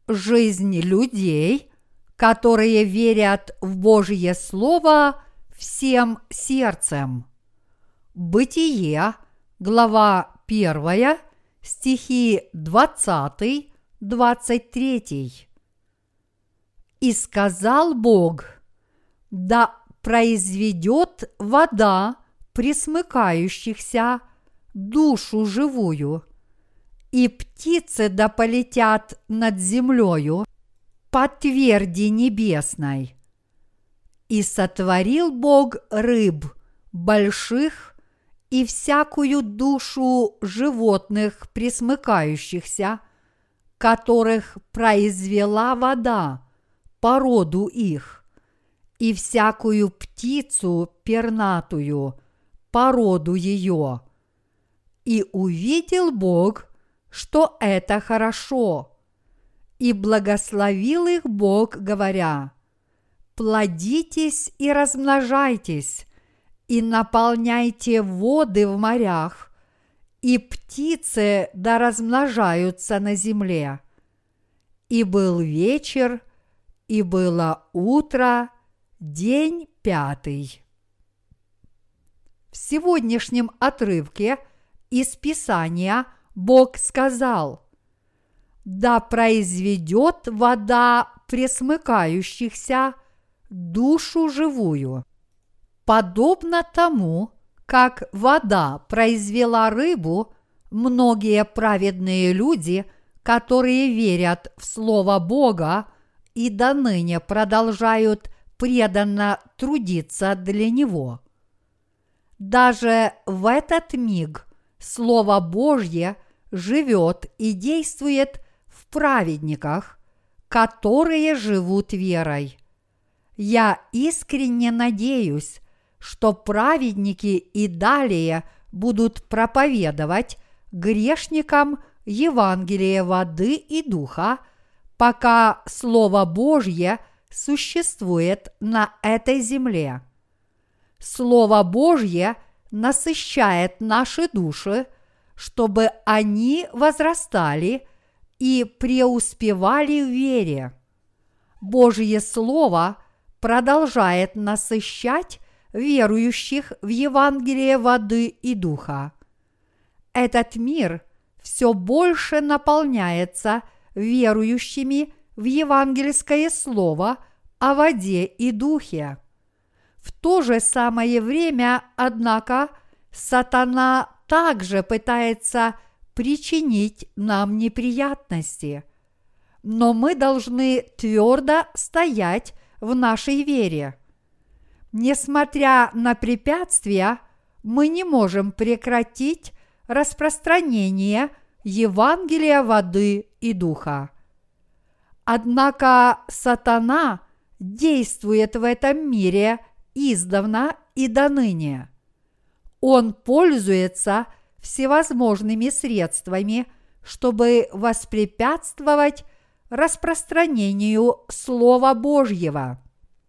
жизнь людей, которые верят в Божье Слово всем сердцем. Бытие, глава 1, стихи 20-23. «И сказал Бог: да произведет вода пресмыкающихся душу живую, и птицы да полетят над землею по тверди небесной. И сотворил Бог рыб больших и всякую душу животных пресмыкающихся, которых произвела вода по роду их, и всякую птицу пернатую по роду ее. И увидел Бог, что это хорошо, и благословил их Бог, говоря: плодитесь и размножайтесь, и наполняйте воды в морях, и птицы да размножаются на земле. И был вечер, и было утро, день 5. В сегодняшнем отрывке из Писания Бог сказал: да произведет вода пресмыкающихся душу живую. Подобно тому, как вода произвела рыбу, многие праведные люди, которые верят в Слово Бога и доныне продолжают преданно трудиться для Него. Даже в этот миг Слово Божье живет и действует в праведниках, которые живут верой. Я искренне надеюсь, что праведники и далее будут проповедовать грешникам Евангелие воды и духа, пока Слово Божье существует на этой земле. Слово Божье насыщает наши души, чтобы они возрастали и преуспевали в вере. Божье Слово продолжает насыщать верующих в Евангелие воды и духа. Этот мир все больше наполняется верующими в евангельское слово о воде и духе. В то же самое время, однако, сатана также пытается причинить нам неприятности. Но мы должны твердо стоять в нашей вере. Несмотря на препятствия, мы не можем прекратить распространение Евангелия воды и духа. Однако сатана действует в этом мире издавна и доныне. Он пользуется всевозможными средствами, чтобы воспрепятствовать распространению Слова Божьего.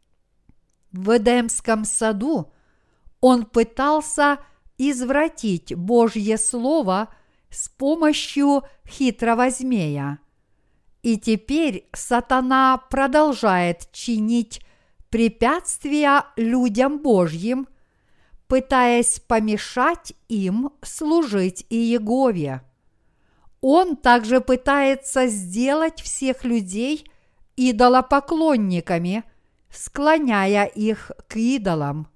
В Эдемском саду он пытался извратить Божье Слово с помощью хитрого змея. И теперь сатана продолжает чинить препятствия людям Божьим, пытаясь помешать им служить Иегове. Он также пытается сделать всех людей идолопоклонниками, склоняя их к идолам.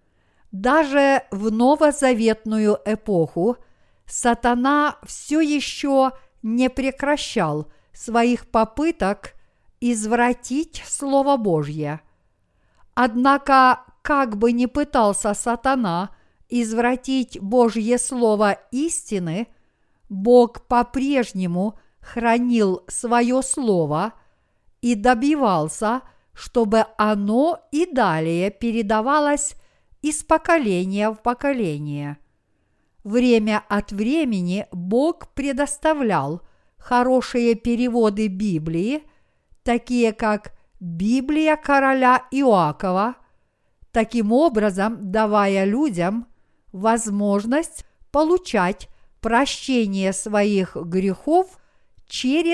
Даже в новозаветную эпоху сатана все еще не прекращал своих попыток извратить Слово Божье. Однако, как бы ни пытался сатана извратить Божье Слово истины, Бог по-прежнему хранил свое Слово и добивался, чтобы оно и далее передавалось из поколения в поколение. Время от времени Бог предоставлял хорошие переводы Библии, такие как Библия короля Иоакова, таким образом давая людям возможность получать прощение своих грехов через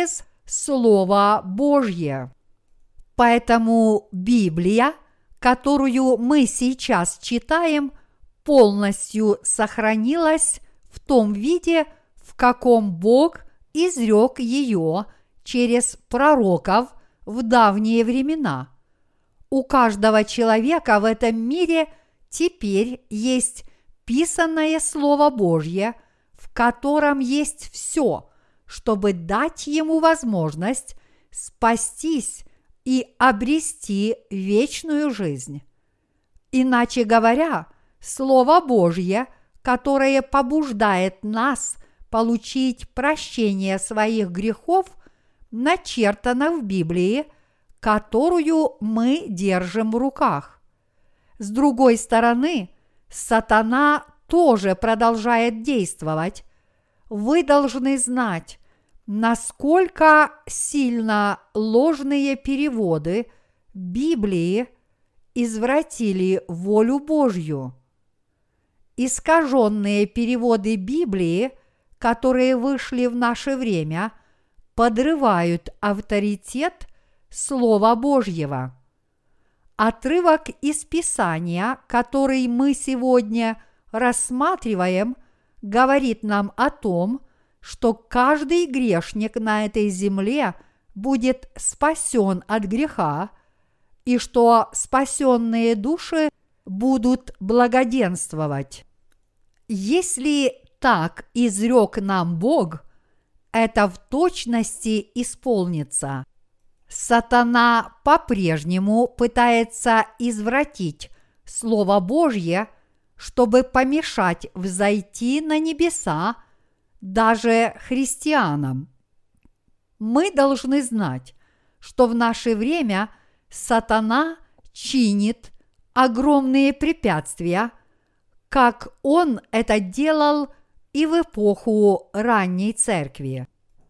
Слово Божье. Поэтому Библия, которую мы сейчас читаем, полностью сохранилась в том виде, в каком Бог изрек ее через пророков в давние времена. У каждого человека в этом мире теперь есть писанное Слово Божье, в котором есть все, чтобы дать ему возможность спастись и обрести вечную жизнь. Иначе говоря, Слово Божье, которое побуждает нас получить прощение своих грехов, начертано в Библии, которую мы держим в руках. С другой стороны, сатана тоже продолжает действовать. Вы должны знать, насколько сильно ложные переводы Библии извратили волю Божью. Искаженные переводы Библии, которые вышли в наше время, подрывают авторитет Слова Божьего. Отрывок из Писания, который мы сегодня рассматриваем, говорит нам о том, что каждый грешник на этой земле будет спасен от греха, и что спасенные души будут благоденствовать. Если так изрек нам Бог, это в точности исполнится. Сатана по-прежнему пытается извратить Слово Божье, чтобы помешать взойти на небеса даже христианам. Мы должны знать, что в наше время сатана чинит огромные препятствия, как он это делал и в эпоху ранней церкви.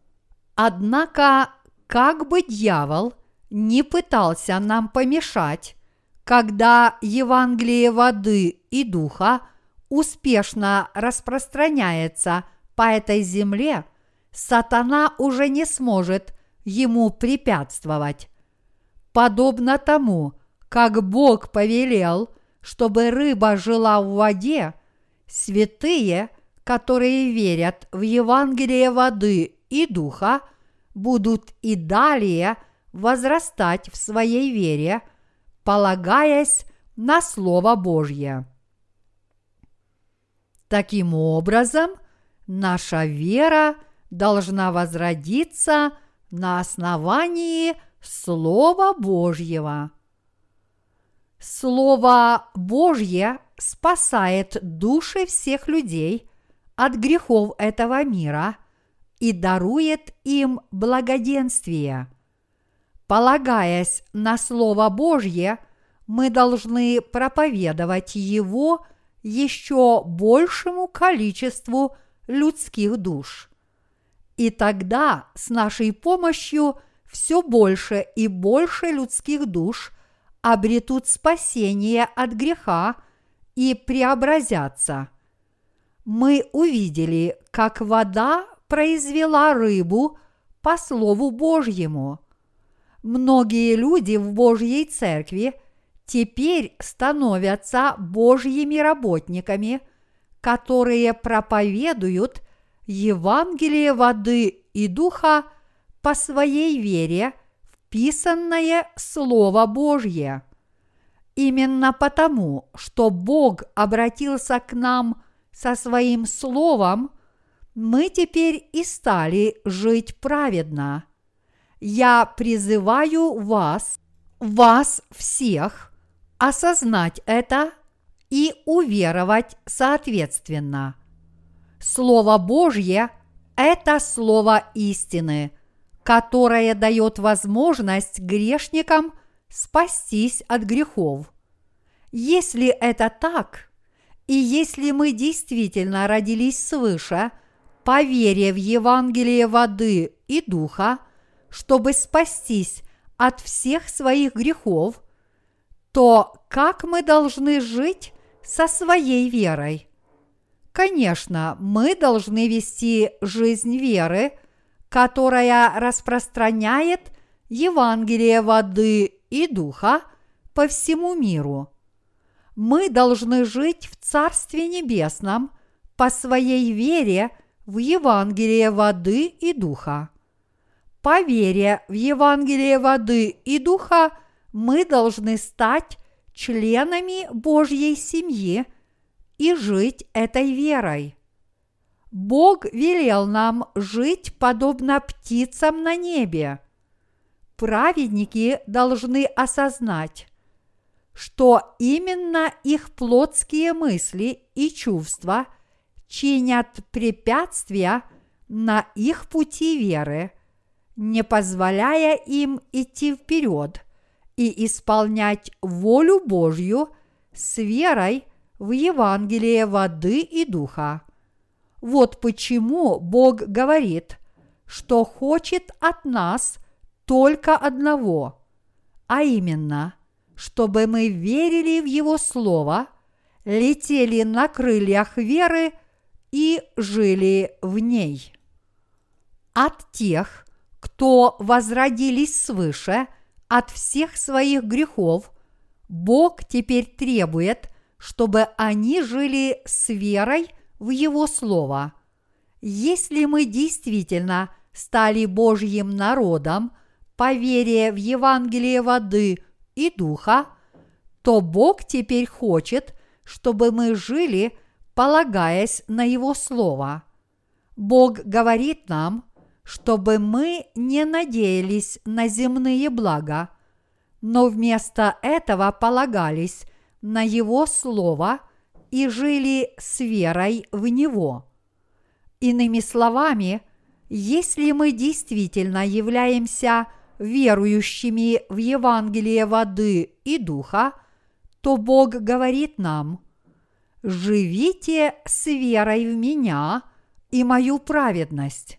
Однако, как бы дьявол не пытался нам помешать, когда Евангелие воды и духа успешно распространяется по этой земле, сатана уже не сможет ему препятствовать. Подобно тому, как Бог повелел, чтобы рыба жила в воде, святые, которые верят в Евангелие воды и духа, будут и далее возрастать в своей вере, полагаясь на Слово Божье. Таким образом, наша вера должна возродиться на основании Слова Божьего. Слово Божье спасает души всех людей от грехов этого мира и дарует им благоденствие. Полагаясь на Слово Божье, мы должны проповедовать его еще большему количеству людских душ. И тогда с нашей помощью все больше и больше людских душ обретут спасение от греха и преобразятся. Мы увидели, как вода произвела рыбу по Слову Божьему. Многие люди в Божьей церкви теперь становятся Божьими работниками, которые проповедуют Евангелие воды и духа по своей вере в писанное Слово Божье. Именно потому, что Бог обратился к нам со своим Словом, мы теперь и стали жить праведно. Я призываю вас всех, осознать это и уверовать соответственно. Слово Божье – это слово истины, которое дает возможность грешникам спастись от грехов. Если это так, и если мы действительно родились свыше по вере в Евангелие воды и духа, чтобы спастись от всех своих грехов, то как мы должны жить со своей верой? Конечно, мы должны вести жизнь веры, которая распространяет Евангелие воды и духа по всему миру. Мы должны жить в Царстве Небесном по своей вере в Евангелие воды и духа. По вере в Евангелие воды и духа мы должны стать членами Божьей семьи и жить этой верой. Бог велел нам жить подобно птицам на небе. Праведники должны осознать, что именно их плотские мысли и чувства чинят препятствия на их пути веры, не позволяя им идти вперед и исполнять волю Божью с верой в Евангелие воды и духа. Вот почему Бог говорит, что хочет от нас только одного, а именно, чтобы мы верили в Его Слово, летели на крыльях веры и жили в ней. От тех, кто возродились свыше от всех своих грехов, Бог теперь требует, чтобы они жили с верой в Его Слово. Если мы действительно стали Божьим народом по вере в Евангелие воды и духа, то Бог теперь хочет, чтобы мы жили, полагаясь на Его Слово. Бог говорит нам, чтобы мы не надеялись на земные блага, но вместо этого полагались на Его Слово и жили с верой в Него. Иными словами, если мы действительно являемся верующими в Евангелие воды и духа, то Бог говорит нам: «Живите с верой в Меня и мою праведность».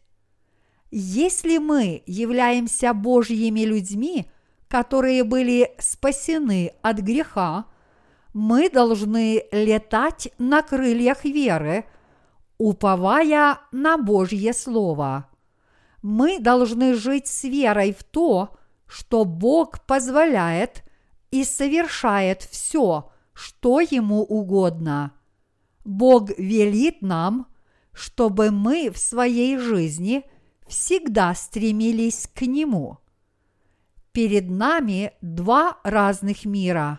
Если мы являемся Божьими людьми, которые были спасены от греха, мы должны летать на крыльях веры, уповая на Божье Слово. Мы должны жить с верой в то, что Бог позволяет и совершает все, что Ему угодно. Бог велит нам, чтобы мы в своей жизни всегда стремились к Нему. Перед нами два разных мира.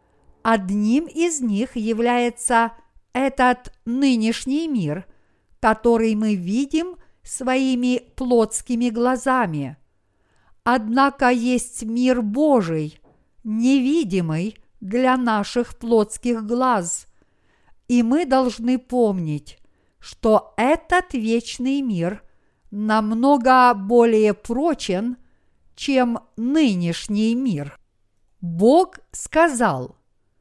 Одним из них является этот нынешний мир, который мы видим своими плотскими глазами. Однако есть мир Божий, невидимый для наших плотских глаз, и мы должны помнить, что этот вечный мир намного более прочен, чем нынешний мир. Бог сказал: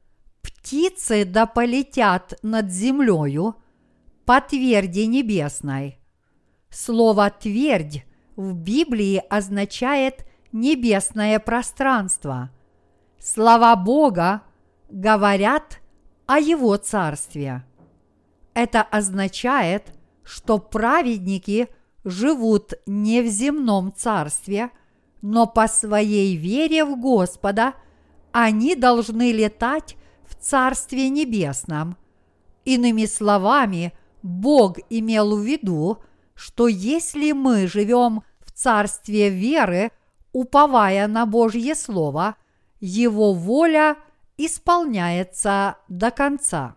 «Птицы да полетят над землею по тверди небесной». Слово «твердь» в Библии означает небесное пространство. Слова Бога говорят о Его царстве. Это означает, что праведники живут не в земном царстве, но по своей вере в Господа они должны летать в Царстве Небесном. Иными словами, Бог имел в виду, что если мы живем в царстве веры, уповая на Божье Слово, Его воля исполняется до конца.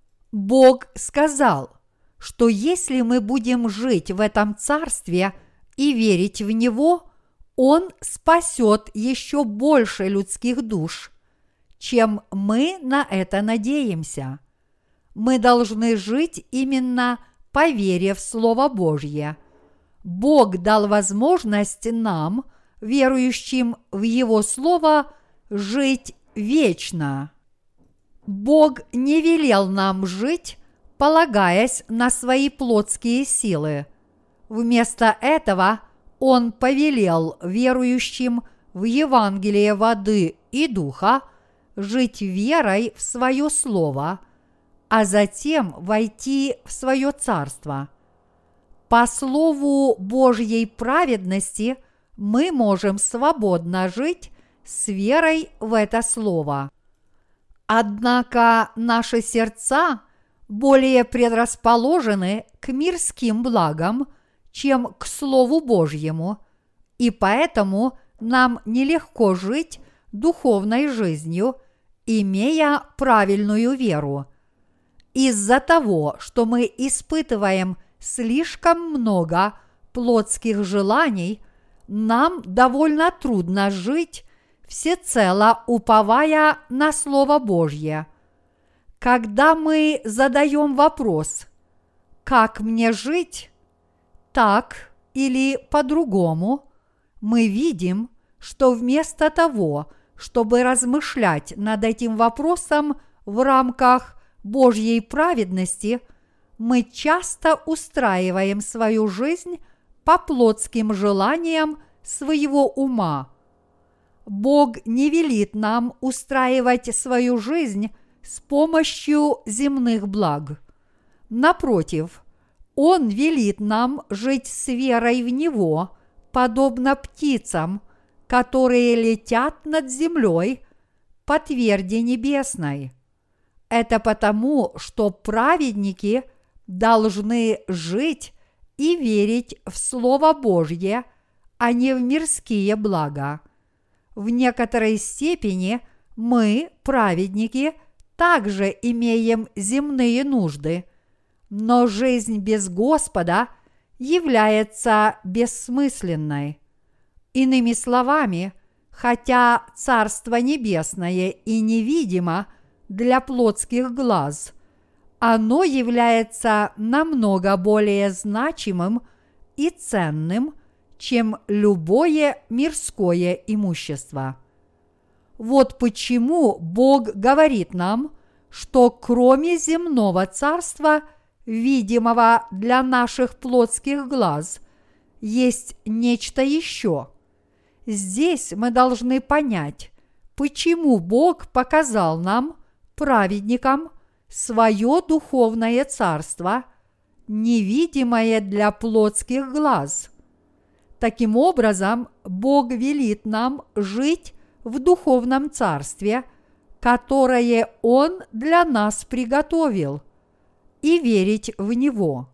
Бог сказал, что если мы будем жить в этом царстве и верить в Него, Он спасет еще больше людских душ, чем мы на это надеемся. Мы должны жить именно по вере в Слово Божье. Бог дал возможность нам, верующим в Его Слово, жить вечно. Бог не велел нам жить, полагаясь на свои плотские силы. Вместо этого Он повелел верующим в Евангелие воды и духа жить верой в Свое Слово, а затем войти в Свое Царство. По слову Божьей праведности мы можем свободно жить с верой в это слово. Однако наши сердца более предрасположены к мирским благам, чем к Слову Божьему, и поэтому нам нелегко жить духовной жизнью, имея правильную веру. Из-за того, что мы испытываем слишком много плотских желаний, нам довольно трудно жить, всецело уповая на Слово Божье. Когда мы задаем вопрос «Как мне жить?» так или по-другому, мы видим, что вместо того, чтобы размышлять над этим вопросом в рамках Божьей праведности, мы часто устраиваем свою жизнь по плотским желаниям своего ума. Бог не велит нам устраивать свою жизнь с помощью земных благ. Напротив, Он велит нам жить с верой в Него, подобно птицам, которые летят над землей по тверди небесной. Это потому, что праведники должны жить и верить в Слово Божье, а не в мирские блага. В некоторой степени мы, праведники, также имеем земные нужды, но жизнь без Господа является бессмысленной. Иными словами, хотя Царство Небесное и невидимо для плотских глаз, оно является намного более значимым и ценным, чем любое мирское имущество. Вот почему Бог говорит нам, что кроме земного царства, видимого для наших плотских глаз, есть нечто еще. Здесь мы должны понять, почему Бог показал нам, праведникам, свое духовное царство, невидимое для плотских глаз. Таким образом, Бог велит нам жить в духовном царстве, которое Он для нас приготовил, и верить в Него.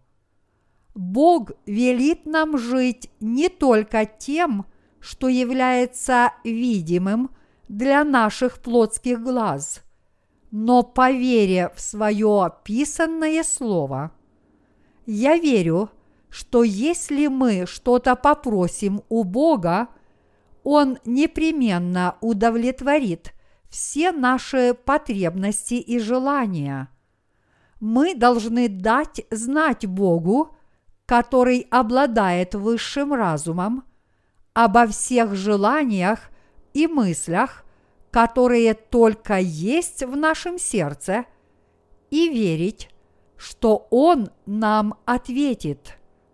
Бог велит нам жить не только тем, что является видимым для наших плотских глаз, но по вере в свое писанное слово. Я верю, что если мы что-то попросим у Бога, Он непременно удовлетворит все наши потребности и желания. Мы должны дать знать Богу, который обладает высшим разумом, обо всех желаниях и мыслях, которые только есть в нашем сердце, и верить, что Он нам ответит.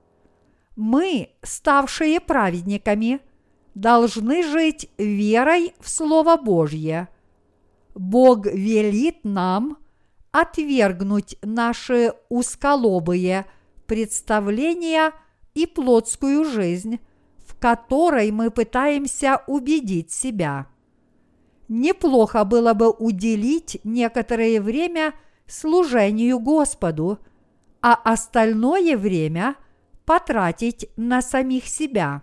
Мы, ставшие праведниками, должны жить верой в Слово Божье. Бог велит нам отвергнуть наши узколобые представления и плотскую жизнь, в которой мы пытаемся убедить себя. Неплохо было бы уделить некоторое время служению Господу, а остальное время потратить на самих себя.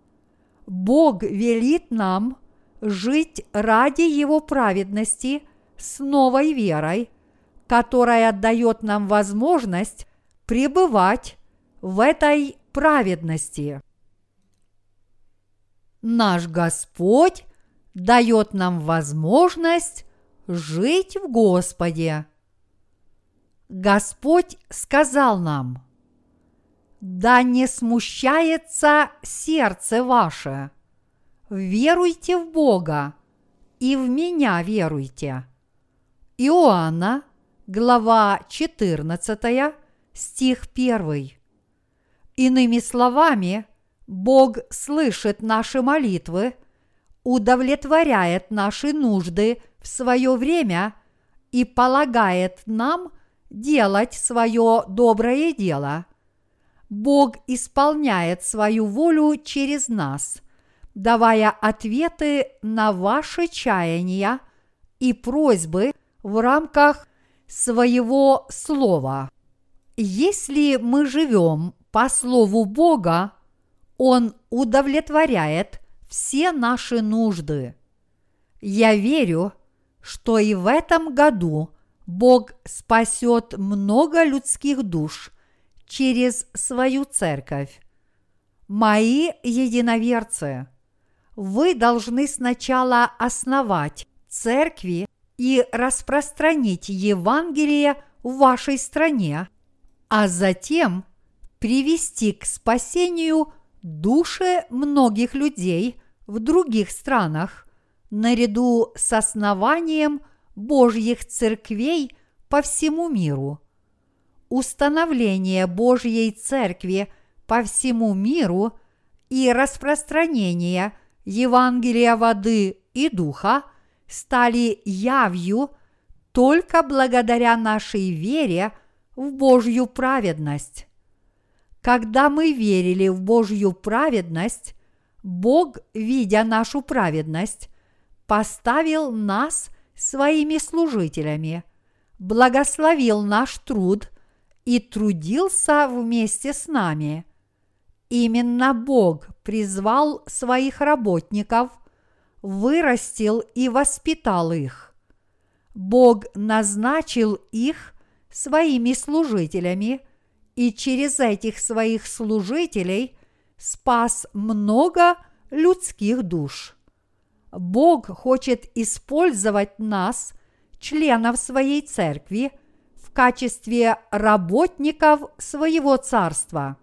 Бог велит нам жить ради Его праведности с новой верой, которая дает нам возможность пребывать в этой праведности. Наш Господь дает нам возможность жить в Господе. Господь сказал нам: «Да не смущается сердце ваше, веруйте в Бога и в Меня веруйте». Иоанна, глава 14, стих 1. Иными словами, Бог слышит наши молитвы, удовлетворяет наши нужды в свое время и полагает нам делать свое доброе дело. Бог исполняет свою волю через нас, давая ответы на ваши чаяния и просьбы в рамках своего слова. Если мы живем по слову Бога, Он удовлетворяет все наши нужды. Я верю, что и в этом году Бог спасет много людских душ через свою церковь. Мои единоверцы, вы должны сначала основать церкви и распространить Евангелие в вашей стране, а затем привести к спасению души многих людей в других странах, наряду с основанием Божьих церквей по всему миру. Установление Божьей церкви по всему миру и распространение Евангелия воды и духа стали явью только благодаря нашей вере в Божью праведность. Когда мы верили в Божью праведность, Бог, видя нашу праведность, поставил нас своими служителями, благословил наш труд и трудился вместе с нами. Именно Бог призвал своих работников, вырастил и воспитал их. Бог назначил их своими служителями и через этих своих служителей спас много людских душ. Бог хочет использовать нас, членов своей церкви, в качестве работников своего царства.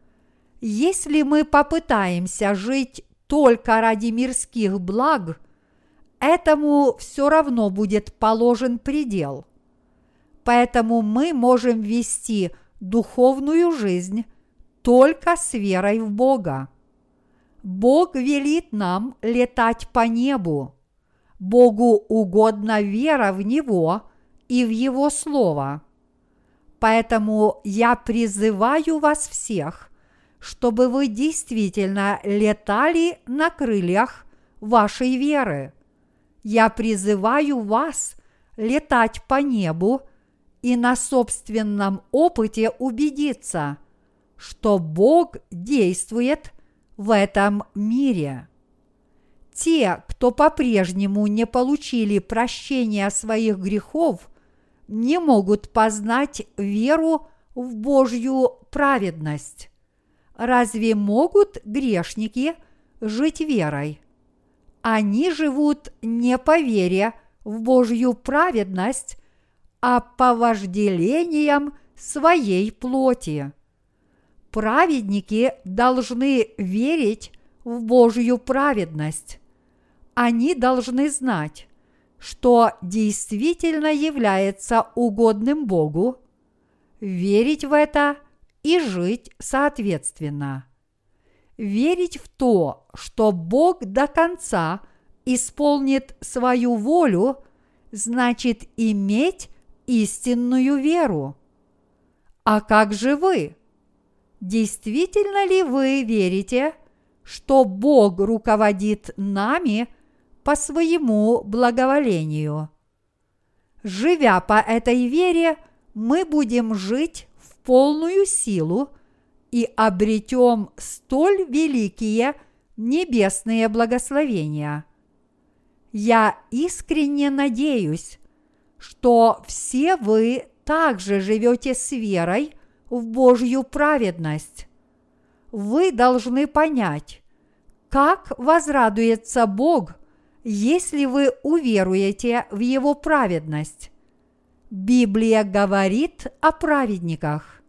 Если мы попытаемся жить только ради мирских благ, этому все равно будет положен предел. Поэтому мы можем вести духовную жизнь только с верой в Бога. Бог велит нам летать по небу. Богу угодна вера в Него и в Его Слово. Поэтому я призываю вас всех, чтобы вы действительно летали на крыльях вашей веры. Я призываю вас летать по небу и на собственном опыте убедиться, что Бог действует в этом мире. Те, кто по-прежнему не получили прощения своих грехов, не могут познать веру в Божью праведность. Разве могут грешники жить верой? Они живут не по вере в Божью праведность, а по вожделениям своей плоти. Праведники должны верить в Божью праведность. Они должны знать, что действительно является угодным Богу, верить в это и жить соответственно. Верить в то, что Бог до конца исполнит свою волю, значит иметь истинную веру. А как же вы? Действительно ли вы верите, что Бог руководит нами по своему благоволению? Живя по этой вере, мы будем жить в полную силу и обретем столь великие небесные благословения. Я искренне надеюсь, что все вы также живете с верой в Божью праведность. Вы должны понять, как возрадуется Бог, если вы уверуете в Его праведность. Библия говорит о праведниках.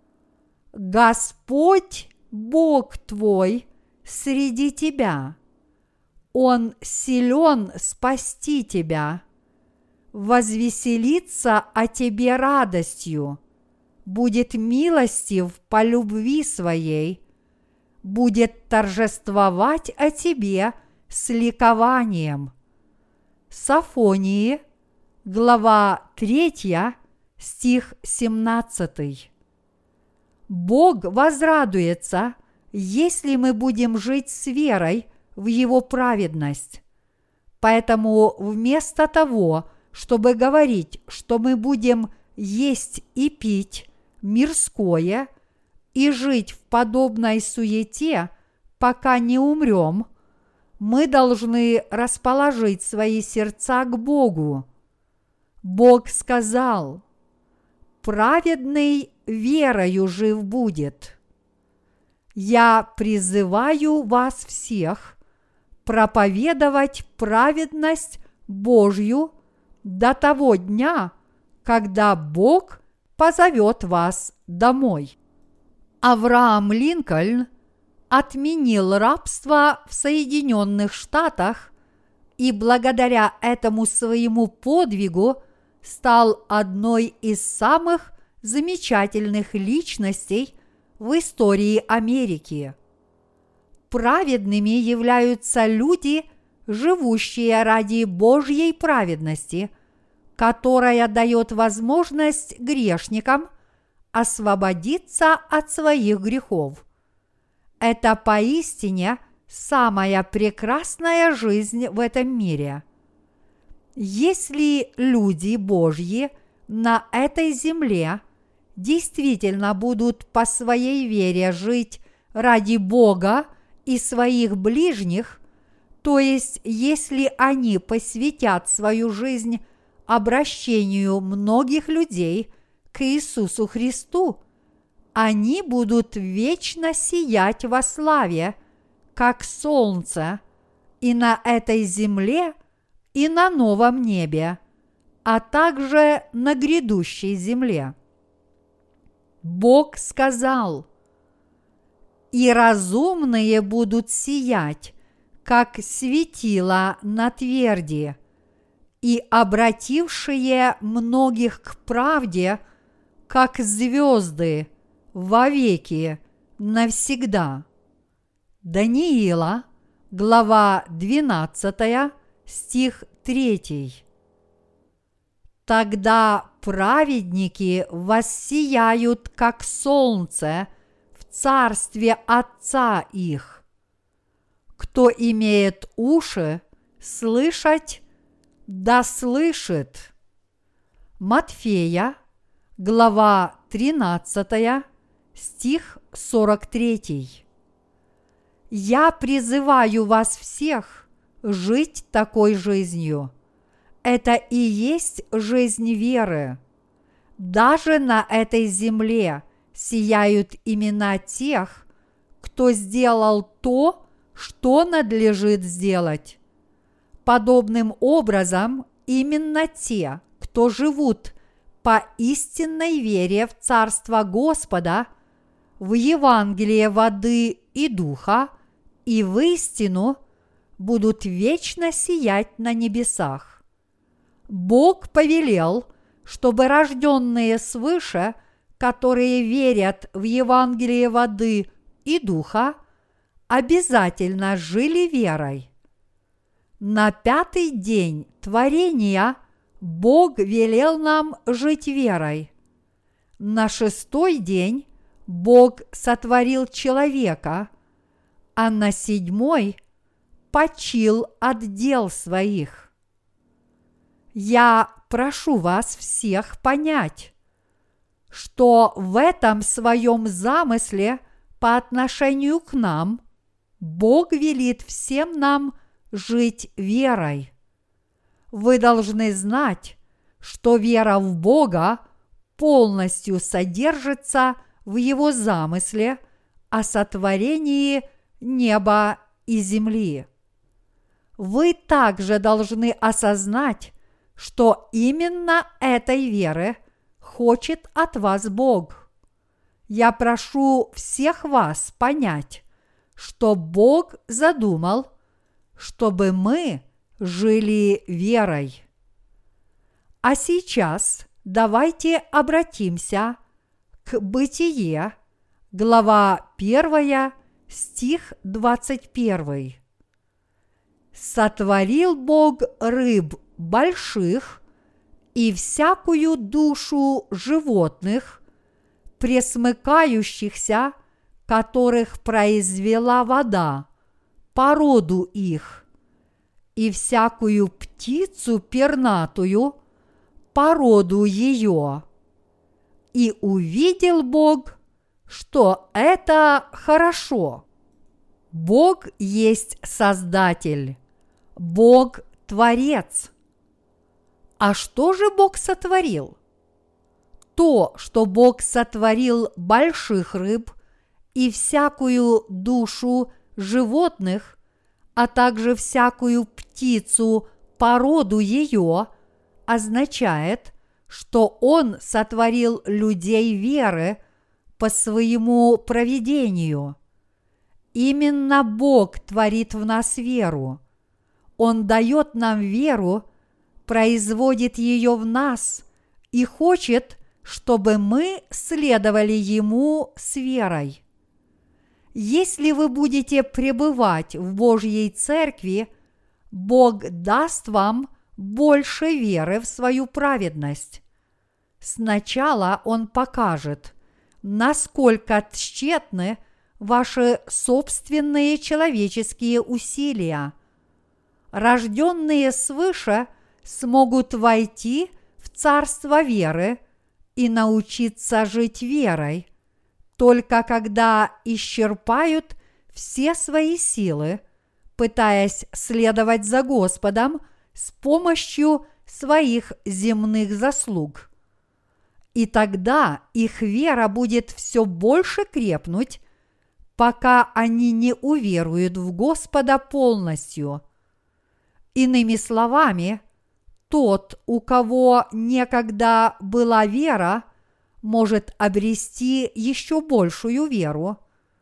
Господь Бог твой среди тебя. Он силен спасти тебя, возвеселится о тебе радостью, будет милостив по любви своей, будет торжествовать о тебе с ликованием. Софонии, глава 3, стих 17. Бог возрадуется, если мы будем жить с верой в Его праведность. Поэтому вместо того, чтобы говорить, что мы будем есть и пить мирское и жить в подобной суете, пока не умрем, мы должны расположить свои сердца к Богу. Бог сказал: «Праведный верою жив будет». Я призываю вас всех проповедовать праведность Божью до того дня, когда Бог позовет вас домой. Авраам Линкольн отменил рабство в Соединенных Штатах и благодаря этому своему подвигу стал одной из самых замечательных личностей в истории Америки. Праведными являются люди, живущие ради Божьей праведности, которая дает возможность грешникам освободиться от своих грехов. Это поистине самая прекрасная жизнь в этом мире. Если люди Божьи на этой земле действительно будут по своей вере жить ради Бога и своих ближних, то есть если они посвятят свою жизнь обращению многих людей к Иисусу Христу, они будут вечно сиять во славе, как солнце, и на этой земле, и на новом небе, а также на грядущей земле. Бог сказал: «И разумные будут сиять, как светило на тверди, и обратившие многих к правде, как звезды, вовеки, навсегда». Даниила, глава 12, стих 3. Тогда праведники воссияют, как солнце, в царстве Отца их. Кто имеет уши слышать, да слышит. Матфея, глава 13, стих 43. Я призываю вас всех жить такой жизнью. Это и есть жизнь веры. Даже на этой земле сияют имена тех, кто сделал то, что надлежит сделать. Подобным образом, именно те, кто живут по истинной вере в Царство Господа, в Евангелие воды и духа и в истину, будут вечно сиять на небесах. Бог повелел, чтобы рожденные свыше, которые верят в Евангелие воды и духа, обязательно жили верой. На 5-й день творения Бог велел нам жить верой. На 6-й день Бог сотворил человека, а на 7-й почил от дел своих. Я прошу вас всех понять, что в этом своем замысле по отношению к нам Бог велит всем нам жить верой. Вы должны знать, что вера в Бога полностью содержится в Его замысле о сотворении неба и земли. Вы также должны осознать, что именно этой веры хочет от вас Бог. Я прошу всех вас понять, что Бог задумал, чтобы мы жили верой. А сейчас давайте обратимся к Бытие, глава 1, стих 21. «Сотворил Бог рыб больших и всякую душу животных, пресмыкающихся, которых произвела вода, по роду их, и всякую птицу пернатую, по роду ее. И увидел Бог, что это хорошо. Бог есть Создатель, Бог Творец. А что же Бог сотворил? То, что Бог сотворил больших рыб и всякую душу животных, а также всякую птицу по роду ее, означает, что Он сотворил людей веры по своему провидению. Именно Бог творит в нас веру. Он дает нам веру, производит ее в нас и хочет, чтобы мы следовали Ему с верой. Если вы будете пребывать в Божьей Церкви, Бог даст вам больше веры в свою праведность. Сначала Он покажет, насколько тщетны ваши собственные человеческие усилия. Рожденные свыше смогут войти в царство веры и научиться жить верой, только когда исчерпают все свои силы, пытаясь следовать за Господом с помощью своих земных заслуг. И тогда их вера будет все больше крепнуть, пока они не уверуют в Господа полностью. Иными словами, тот, у кого некогда была вера, может обрести еще большую веру.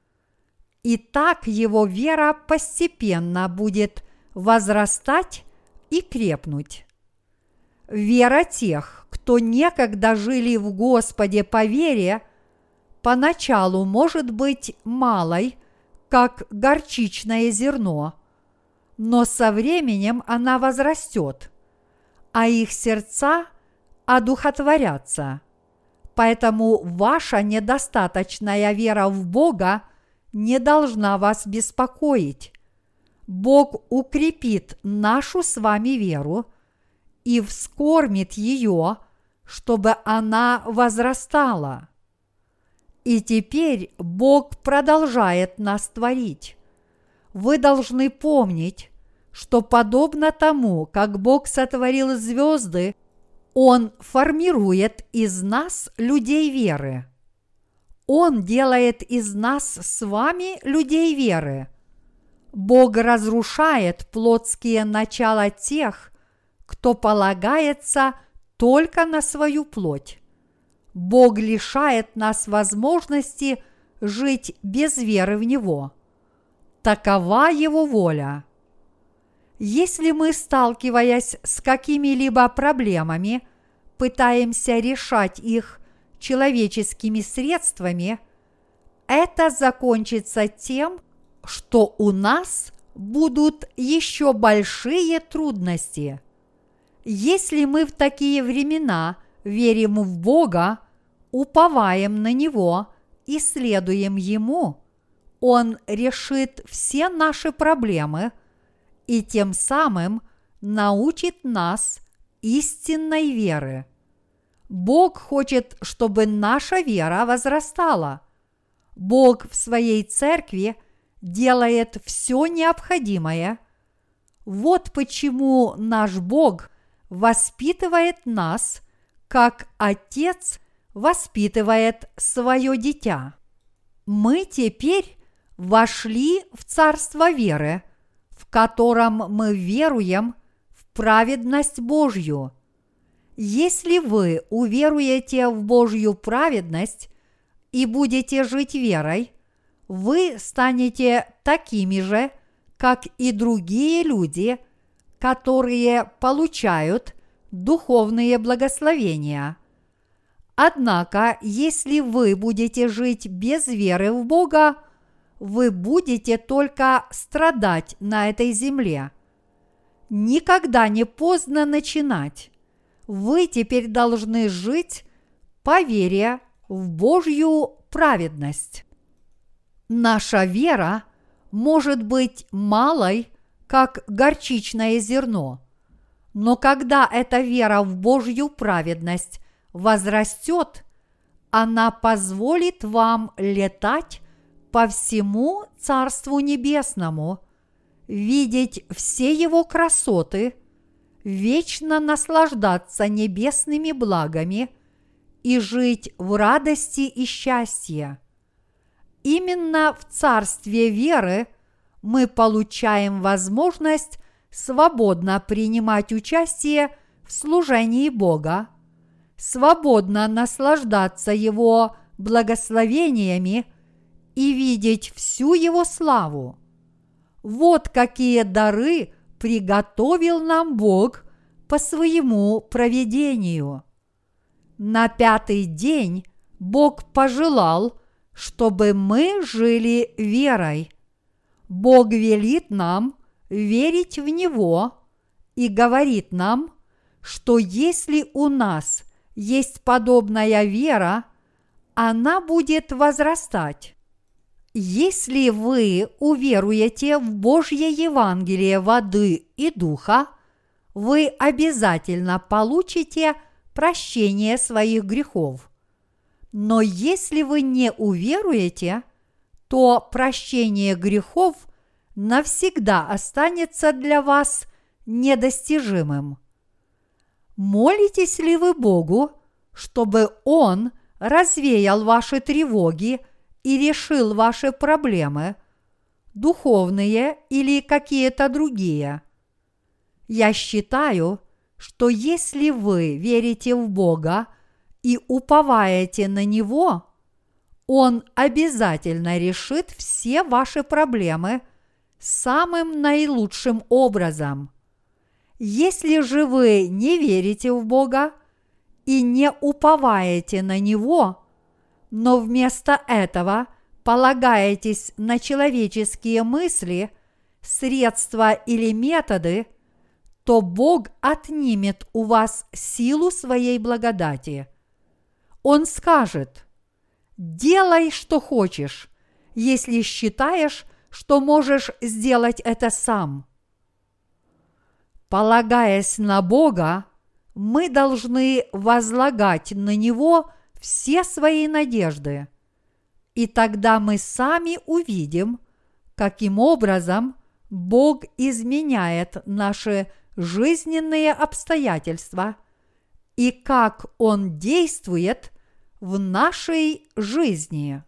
И так его вера постепенно будет возрастать и крепнуть. Вера тех, кто некогда жили в Господе по вере, поначалу может быть малой, как горчичное зерно, но со временем она возрастет, а их сердца одухотворятся. Поэтому ваша недостаточная вера в Бога не должна вас беспокоить. Бог укрепит нашу с вами веру и вскормит ее, чтобы она возрастала. И теперь Бог продолжает нас творить. Вы должны помнить, что подобно тому, как Бог сотворил звезды, Он формирует из нас людей веры. Он делает из нас с вами людей веры. Бог разрушает плотские начала тех, кто полагается только на свою плоть. Бог лишает нас возможности жить без веры в Него. Такова Его воля. Если мы, сталкиваясь с какими-либо проблемами, пытаемся решать их человеческими средствами, это закончится тем, что у нас будут еще большие трудности. Если мы в такие времена верим в Бога, уповаем на Него и следуем Ему, Он решит все наши проблемы и тем самым научит нас истинной веры. Бог хочет, чтобы наша вера возрастала. Бог в своей церкви делает все необходимое. Вот почему наш Бог воспитывает нас, как Отец воспитывает свое дитя. Мы теперь вошли в царство веры, в котором мы веруем в праведность Божью. Если вы уверуете в Божью праведность и будете жить верой, вы станете такими же, как и другие люди, которые получают духовные благословения. Однако, если вы будете жить без веры в Бога, вы будете только страдать на этой земле. Никогда не поздно начинать. Вы теперь должны жить по вере в Божью праведность. Наша вера может быть малой, как горчичное зерно, но когда эта вера в Божью праведность возрастет, она позволит вам летать по всему Царству Небесному, видеть все его красоты, вечно наслаждаться небесными благами и жить в радости и счастье. Именно в царстве веры мы получаем возможность свободно принимать участие в служении Бога, свободно наслаждаться Его благословениями и видеть всю Его славу. Вот какие дары приготовил нам Бог по своему провидению. На 5-й день Бог пожелал, чтобы мы жили верой. Бог велит нам верить в Него и говорит нам, что если у нас есть подобная вера, она будет возрастать. Если вы уверуете в Божье Евангелие воды и духа, вы обязательно получите прощение своих грехов. Но если вы не уверуете, то прощение грехов навсегда останется для вас недостижимым. Молитесь ли вы Богу, чтобы Он развеял ваши тревоги и решил ваши проблемы, духовные или какие-то другие? Я считаю, что если вы верите в Бога и уповаете на Него, Он обязательно решит все ваши проблемы самым наилучшим образом. Если же вы не верите в Бога и не уповаете на Него, но вместо этого полагаетесь на человеческие мысли, средства или методы, то Бог отнимет у вас силу своей благодати. Он скажет: «Делай, что хочешь, если считаешь, что можешь сделать это сам». Полагаясь на Бога, мы должны возлагать на Него все свои надежды, и тогда мы сами увидим, каким образом Бог изменяет наши жизненные обстоятельства и как Он действует в нашей жизни.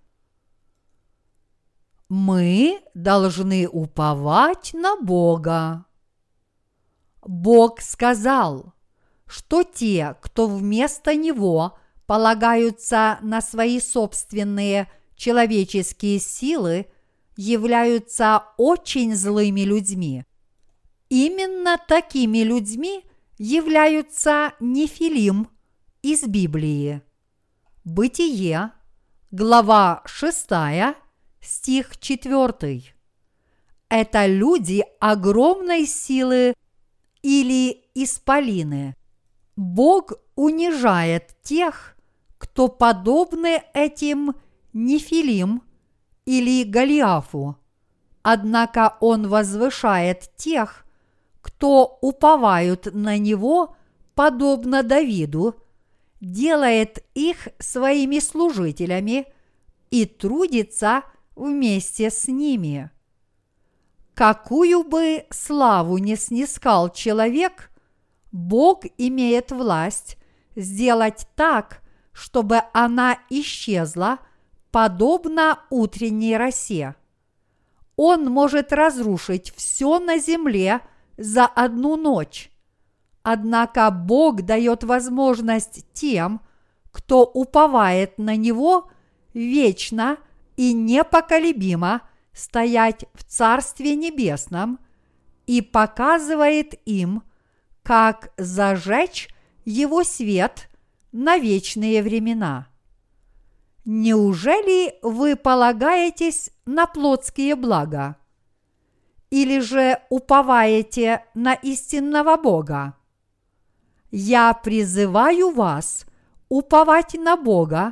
Мы должны уповать на Бога. Бог сказал, что те, кто вместо Него полагаются на свои собственные человеческие силы, являются очень злыми людьми. Именно такими людьми являются Нефилим из Библии. Бытие, глава 6, стих 4. Это люди огромной силы или исполины. Бог унижает тех, кто подобны этим Нефилим или Голиафу, однако Он возвышает тех, кто уповают на Него, подобно Давиду, делает их своими служителями и трудится вместе с ними. Какую бы славу ни снискал человек, Бог имеет власть сделать так, чтобы она исчезла, подобно утренней росе. Он может разрушить все на земле за одну ночь. Однако Бог дает возможность тем, кто уповает на Него, вечно и непоколебимо стоять в Царстве Небесном и показывает им, как зажечь Его свет на вечные времена. Неужели вы полагаетесь на плотские блага? Или же уповаете на истинного Бога? Я призываю вас уповать на Бога,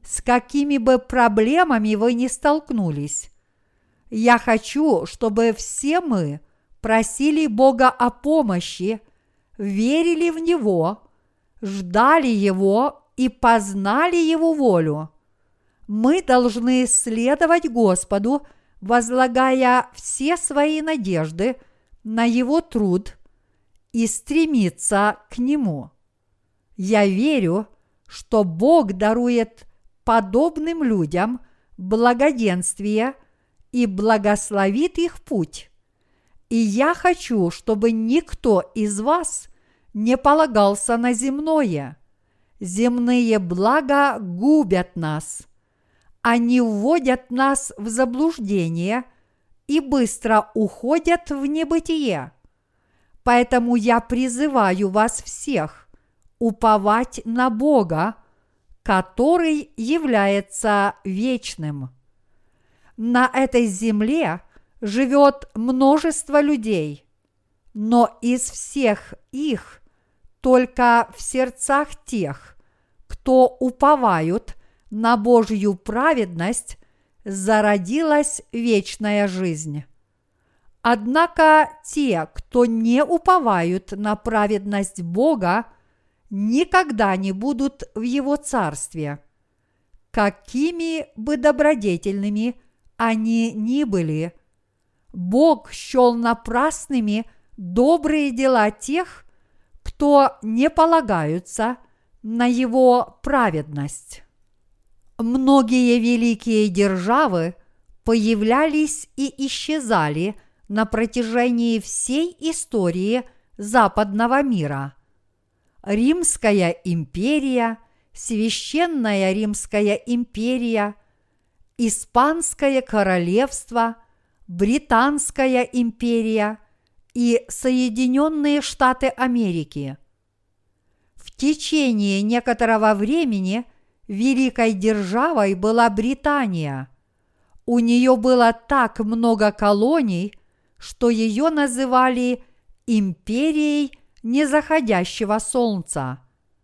с какими бы проблемами вы ни столкнулись. Я хочу, чтобы все мы просили Бога о помощи, верили в Него, ждали Его и познали Его волю. Мы должны следовать Господу, возлагая все свои надежды на Его труд и стремиться к Нему. Я верю, что Бог дарует подобным людям благоденствие и благословит их путь. И я хочу, чтобы никто из вас не полагался на земное. Земные блага губят нас. Они вводят нас в заблуждение и быстро уходят в небытие. Поэтому я призываю вас всех уповать на Бога, который является вечным. На этой земле живет множество людей, но из всех их только в сердцах тех, кто уповают на Божью праведность, зародилась вечная жизнь. Однако те, кто не уповают на праведность Бога, никогда не будут в Его Царстве. Какими бы добродетельными они ни были, Бог счел напрасными добрые дела тех, кто не полагаются на Его праведность. Многие великие державы появлялись и исчезали на протяжении всей истории западного мира. Римская империя, Священная Римская империя, Испанское королевство, Британская империя и Соединенные Штаты Америки. В течение некоторого времени великой державой была Британия. У нее было так много колоний, что ее называли империей незаходящего солнца.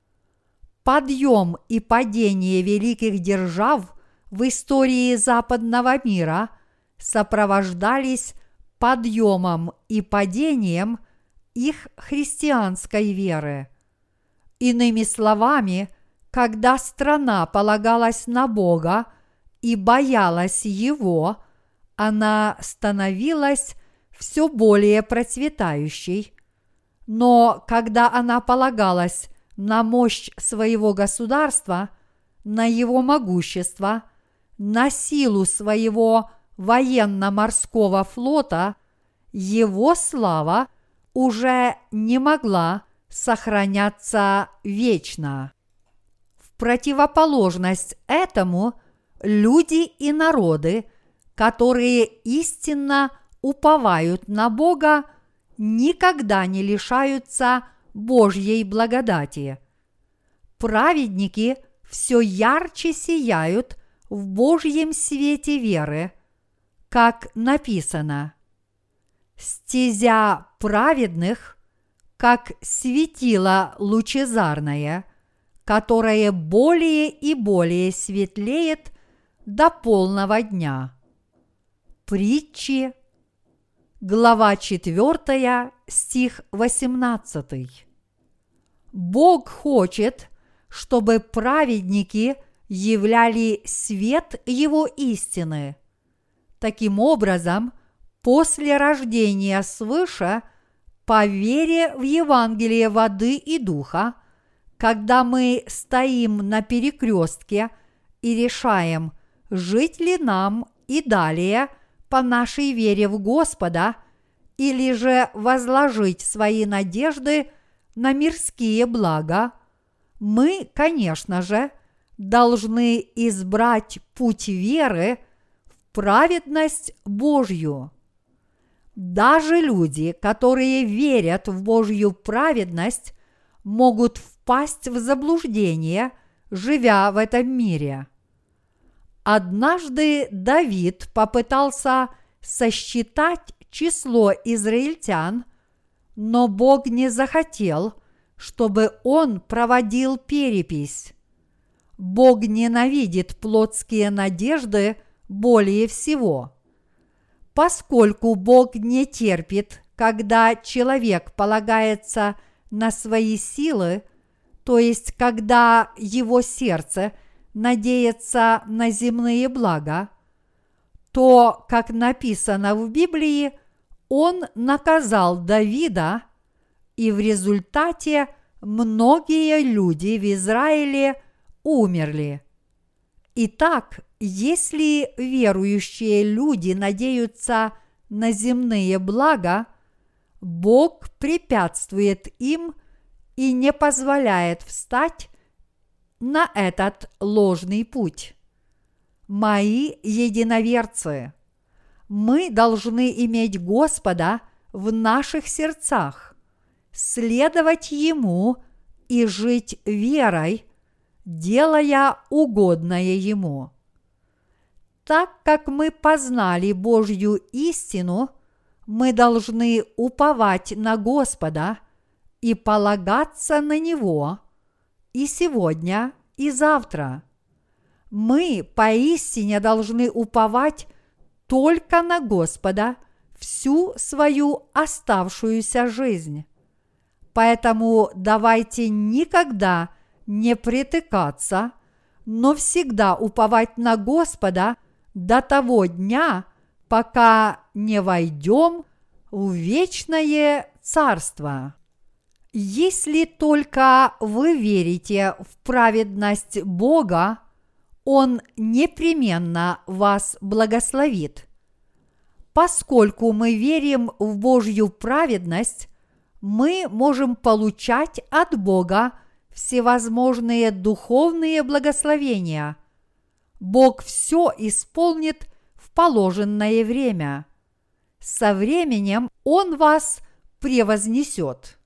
Подъем и падение великих держав в истории западного мира сопровождались подъемом и падением их христианской веры. Иными словами, когда страна полагалась на Бога и боялась Его, она становилась все более процветающей. Но когда она полагалась на мощь своего государства, на его могущество, на силу своего военно-морского флота, его слава уже не могла сохраняться вечно. В противоположность этому люди и народы, которые истинно уповают на Бога, никогда не лишаются Божьей благодати. Праведники все ярче сияют в Божьем свете веры, как написано: «Стезя праведных, как светило лучезарное, которое более и более светлеет до полного дня». Притчи, глава 4, стих 18. Бог хочет, чтобы праведники являли свет Его истины. Таким образом, после рождения свыше, по вере в Евангелие воды и духа, когда мы стоим на перекрестке и решаем, жить ли нам и далее по нашей вере в Господа, или же возложить свои надежды на мирские блага, мы, конечно же, должны избрать путь веры в праведность Божью. Даже люди, которые верят в Божью праведность, могут впасть в заблуждение, живя в этом мире. Однажды Давид попытался сосчитать число израильтян, но Бог не захотел, чтобы он проводил перепись. Бог ненавидит плотские надежды более всего. Поскольку Бог не терпит, когда человек полагается на свои силы, то есть когда его сердце надеется на земные блага, то, как написано в Библии, Он наказал Давида, и в результате многие люди в Израиле умерли. Итак, если верующие люди надеются на земные блага, Бог препятствует им и не позволяет встать на этот ложный путь. Мои единоверцы, мы должны иметь Господа в наших сердцах, следовать Ему и жить верой, делая угодное Ему. Так как мы познали Божью истину, мы должны уповать на Господа и полагаться на Него и сегодня, и завтра. Мы поистине должны уповать только на Господа всю свою оставшуюся жизнь. Поэтому давайте никогда не притыкаться, но всегда уповать на Господа до того дня, пока не войдем в вечное Царство. Если только вы верите в праведность Бога, Он непременно вас благословит. Поскольку мы верим в Божью праведность, мы можем получать от Бога всевозможные духовные благословения. Бог все исполнит в положенное время. Со временем Он вас превознесет.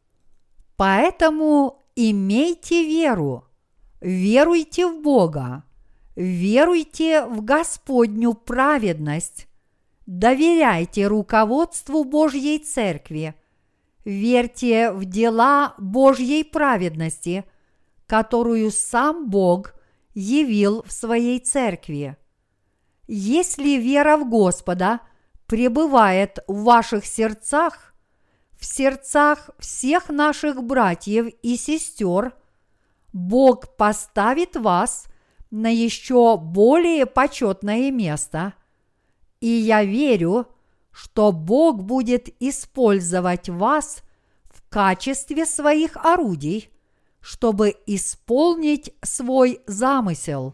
Поэтому имейте веру, веруйте в Бога, веруйте в Господню праведность, доверяйте руководству Божьей Церкви, верьте в дела Божьей праведности, которую сам Бог явил в Своей Церкви. Если вера в Господа пребывает в ваших сердцах, в сердцах всех наших братьев и сестер, Бог поставит вас на еще более почетное место, и я верю, что Бог будет использовать вас в качестве своих орудий, чтобы исполнить свой замысел.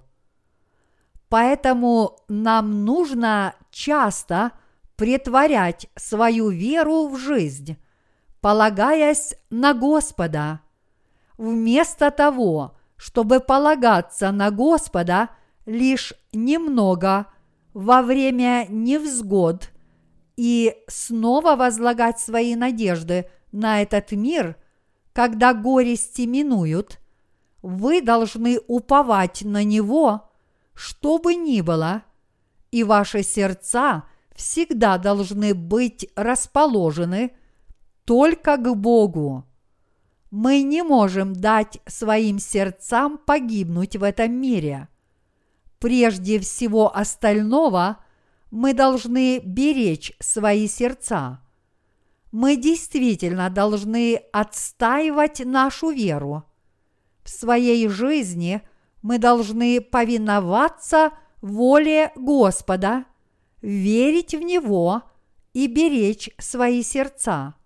Поэтому нам нужно часто претворять свою веру в жизнь, полагаясь на Господа. Вместо того, чтобы полагаться на Господа лишь немного во время невзгод и снова возлагать свои надежды на этот мир, когда горести минуют, вы должны уповать на Него, что бы ни было, и ваши сердца всегда должны быть расположены только к Богу. Мы не можем дать своим сердцам погибнуть в этом мире. Прежде всего остального мы должны беречь свои сердца. Мы действительно должны отстаивать нашу веру. В своей жизни мы должны повиноваться воле Господа, верить в Него и беречь свои сердца.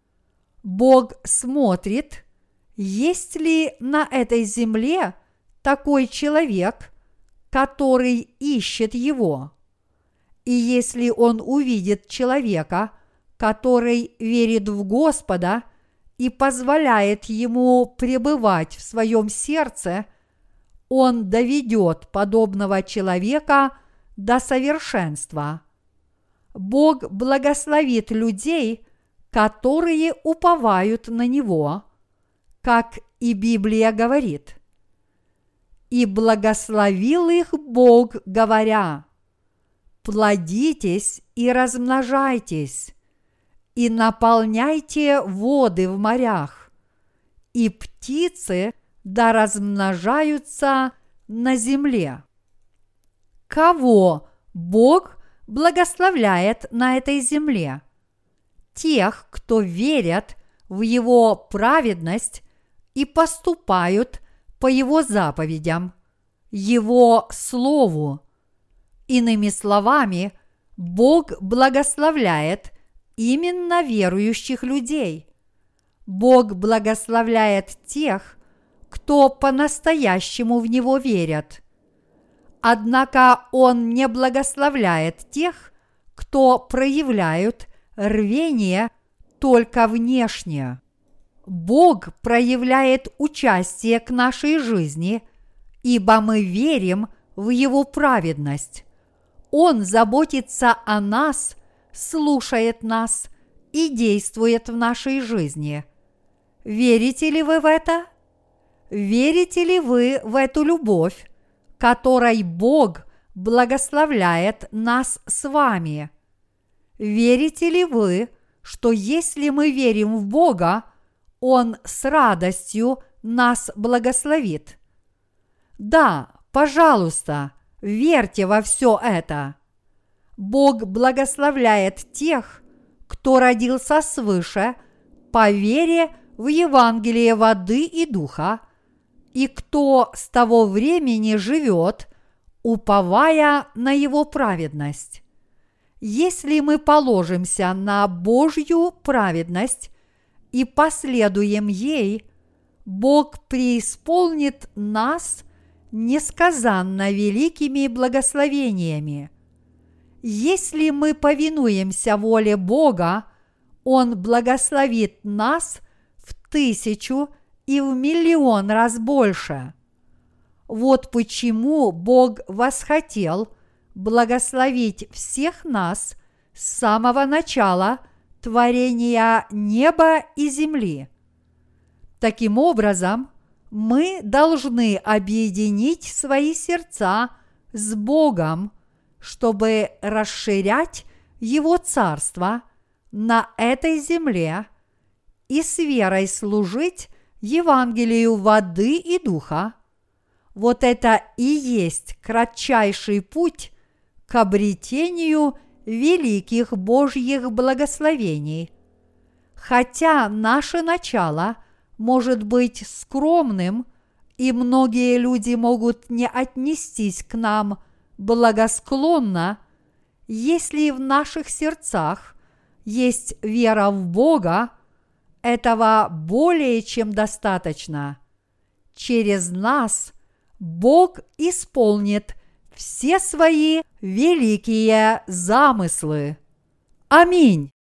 Бог смотрит, есть ли на этой земле такой человек, который ищет Его. И если Он увидит человека, который верит в Господа и позволяет ему пребывать в своем сердце, Он доведет подобного человека до совершенства. Бог благословит людей, которые уповают на Него, как и Библия говорит. И благословил их Бог, говоря: плодитесь и размножайтесь, и наполняйте воды в морях, и птицы да размножаются на земле. Кого Бог благословляет на этой земле? Тех, кто верят в Его праведность и поступают по Его заповедям, Его Слову. Иными словами, Бог благословляет именно верующих людей. Бог благословляет тех, кто по-настоящему в Него верят. Однако Он не благословляет тех, кто проявляют рвение только внешне. Бог проявляет участие к нашей жизни, ибо мы верим в Его праведность. Он заботится о нас, слушает нас и действует в нашей жизни. Верите ли вы в это? Верите ли вы в эту любовь, которой Бог благословляет нас с вами? Верите ли вы, что если мы верим в Бога, Он с радостью нас благословит? Да, пожалуйста, верьте во все это. Бог благословляет тех, кто родился свыше по вере в Евангелие воды и духа, и кто с того времени живет, уповая на Его праведность. Если мы положимся на Божью праведность и последуем ей, Бог преисполнит нас несказанно великими благословениями. Если мы повинуемся воле Бога, Он благословит нас в 1000 и в 1,000,000 раз больше. Вот почему Бог восхотел благословить всех нас с самого начала творения неба и земли. Таким образом, мы должны объединить свои сердца с Богом, чтобы расширять Его царство на этой земле и с верой служить Евангелию воды и духа. Вот это и есть кратчайший путь к обретению великих Божьих благословений. Хотя наше начало может быть скромным, и многие люди могут не отнестись к нам благосклонно, если в наших сердцах есть вера в Бога, этого более чем достаточно. Через нас Бог исполнит все свои великие замыслы. Аминь.